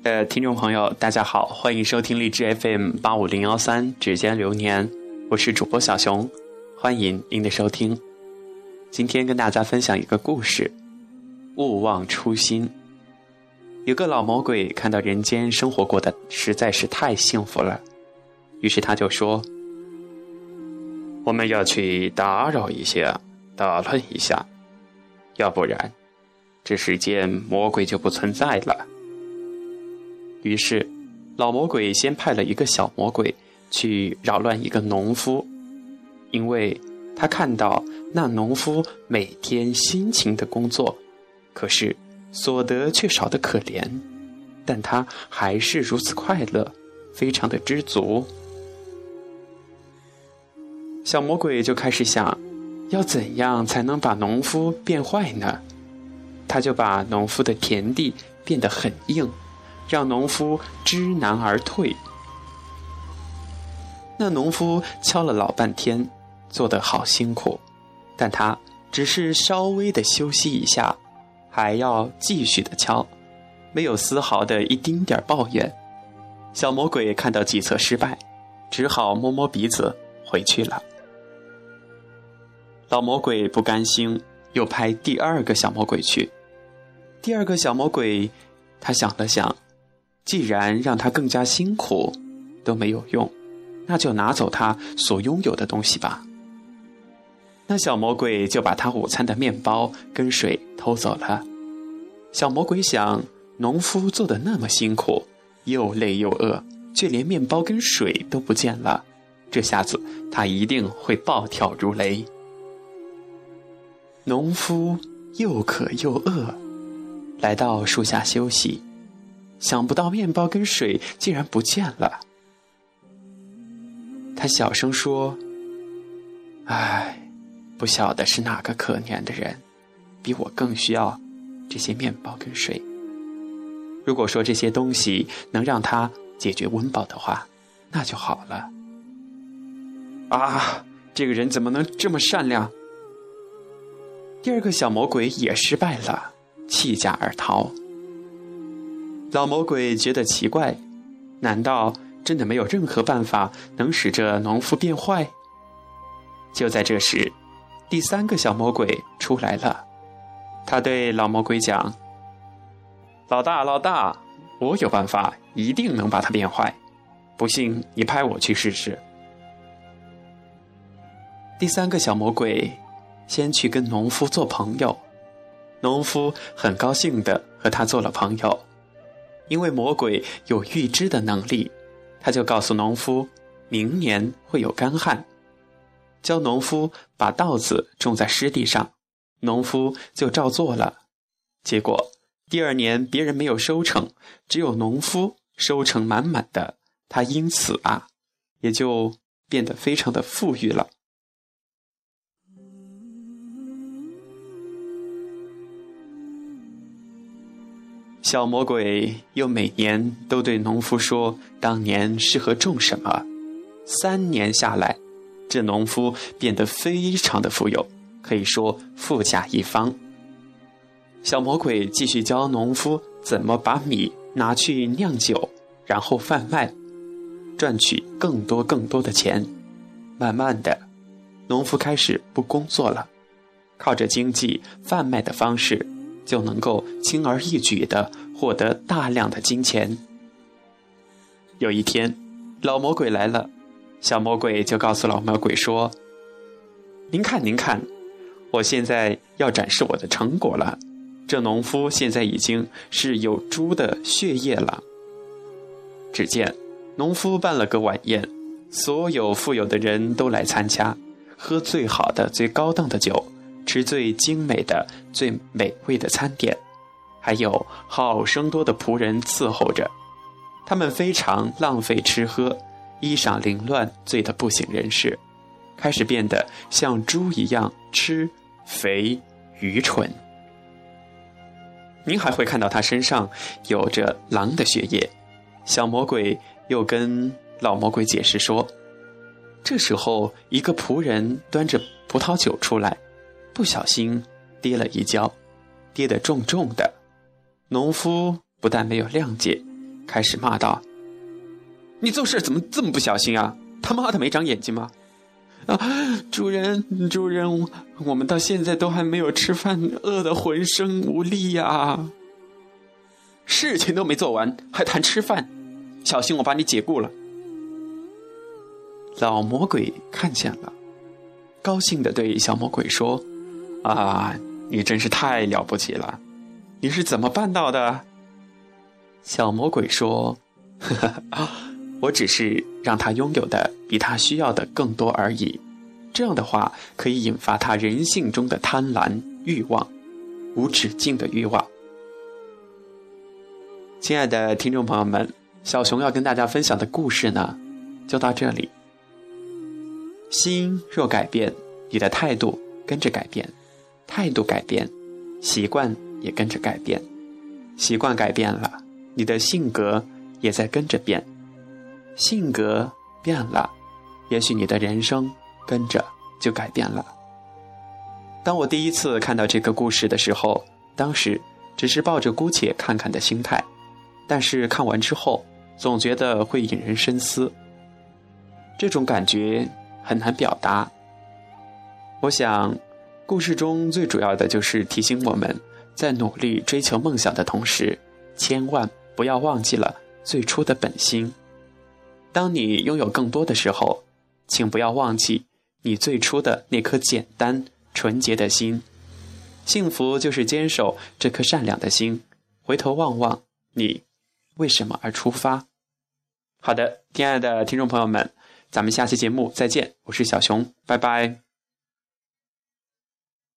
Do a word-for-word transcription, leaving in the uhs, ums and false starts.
呃，听众朋友大家好，欢迎收听荔枝 F M 八五零幺三指尖流年，我是主播小熊，欢迎您的收听。今天跟大家分享一个故事，勿忘初心。有个老魔鬼看到人间生活过得实在是太幸福了，于是他就说，我们要去打扰一下，打乱一下，要不然这世间魔鬼就不存在了。于是老魔鬼先派了一个小魔鬼去扰乱一个农夫，因为他看到那农夫每天辛勤的工作，可是所得却少得可怜，但他还是如此快乐，非常的知足。小魔鬼就开始想，要怎样才能把农夫变坏呢？他就把农夫的田地变得很硬，让农夫知难而退。那农夫敲了老半天，做得好辛苦，但他只是稍微的休息一下，还要继续的敲，没有丝毫的一丁点抱怨。小魔鬼看到计策失败，只好摸摸鼻子回去了。老魔鬼不甘心，又派第二个小魔鬼去。第二个小魔鬼他想了想，既然让他更加辛苦都没有用，那就拿走他所拥有的东西吧。那小魔鬼就把他午餐的面包跟水偷走了。小魔鬼想，农夫做得那么辛苦，又累又饿，却连面包跟水都不见了，这下子他一定会暴跳如雷。农夫又渴又饿，来到树下休息，想不到面包跟水竟然不见了。他小声说，唉，不晓得是哪个可怜的人比我更需要这些面包跟水。如果说这些东西能让他解决温饱的话，那就好了。啊，这个人怎么能这么善良？第二个小魔鬼也失败了，弃驾而逃。老魔鬼觉得奇怪，难道真的没有任何办法能使这农夫变坏？就在这时，第三个小魔鬼出来了，他对老魔鬼讲，老大老大，我有办法，一定能把他变坏，不信你派我去试试。第三个小魔鬼先去跟农夫做朋友，农夫很高兴地和他做了朋友。因为魔鬼有预知的能力，他就告诉农夫明年会有干旱，教农夫把稻子种在湿地上，农夫就照做了。结果第二年别人没有收成，只有农夫收成满满的，他因此啊也就变得非常的富裕了。小魔鬼又每年都对农夫说当年适合种什么，三年下来，这农夫变得非常的富有，可以说富甲一方。小魔鬼继续教农夫怎么把米拿去酿酒，然后贩卖，赚取更多更多的钱。慢慢的，农夫开始不工作了，靠着经济贩卖的方式，就能够轻而易举地获得大量的金钱。有一天，老魔鬼来了，小魔鬼就告诉老魔鬼说，您看您看，我现在要展示我的成果了，这农夫现在已经是有猪的血液了。只见农夫办了个晚宴，所有富有的人都来参加，喝最好的最高档的酒，吃最精美的最美味的餐点，还有好生多的仆人伺候着。他们非常浪费吃喝，衣裳凌乱，醉得不省人事，开始变得像猪一样吃肥愚蠢。您还会看到他身上有着狼的血液。小魔鬼又跟老魔鬼解释说，这时候一个仆人端着葡萄酒出来，不小心跌了一跤，跌得重重的。农夫不但没有谅解， 开始骂道：“你做事怎么这么不小心啊？他妈的没长眼睛吗？啊，主人，主人，我们到现在都还没有吃饭，饿得浑身无力呀！事情都没做完，还谈吃饭，小心我把你解雇了。”老魔鬼看见了，高兴地对小魔鬼说：“啊，你真是太了不起了，你是怎么办到的？”小魔鬼说：“呵呵，我只是让他拥有的比他需要的更多而已，这样的话可以引发他人性中的贪婪、欲望，无止境的欲望。”亲爱的听众朋友们，小熊要跟大家分享的故事呢，就到这里。心若改变，你的态度跟着改变，态度改变，习惯也跟着改变，习惯改变了，你的性格也在跟着变，性格变了，也许你的人生跟着就改变了。当我第一次看到这个故事的时候，当时只是抱着姑且看看的心态，但是看完之后总觉得会引人深思，这种感觉很难表达。我想故事中最主要的就是提醒我们，在努力追求梦想的同时，千万不要忘记了最初的本心。当你拥有更多的时候，请不要忘记你最初的那颗简单纯洁的心。幸福就是坚守这颗善良的心，回头望望你为什么而出发。好的，亲爱的听众朋友们，咱们下期节目再见，我是小熊，拜拜。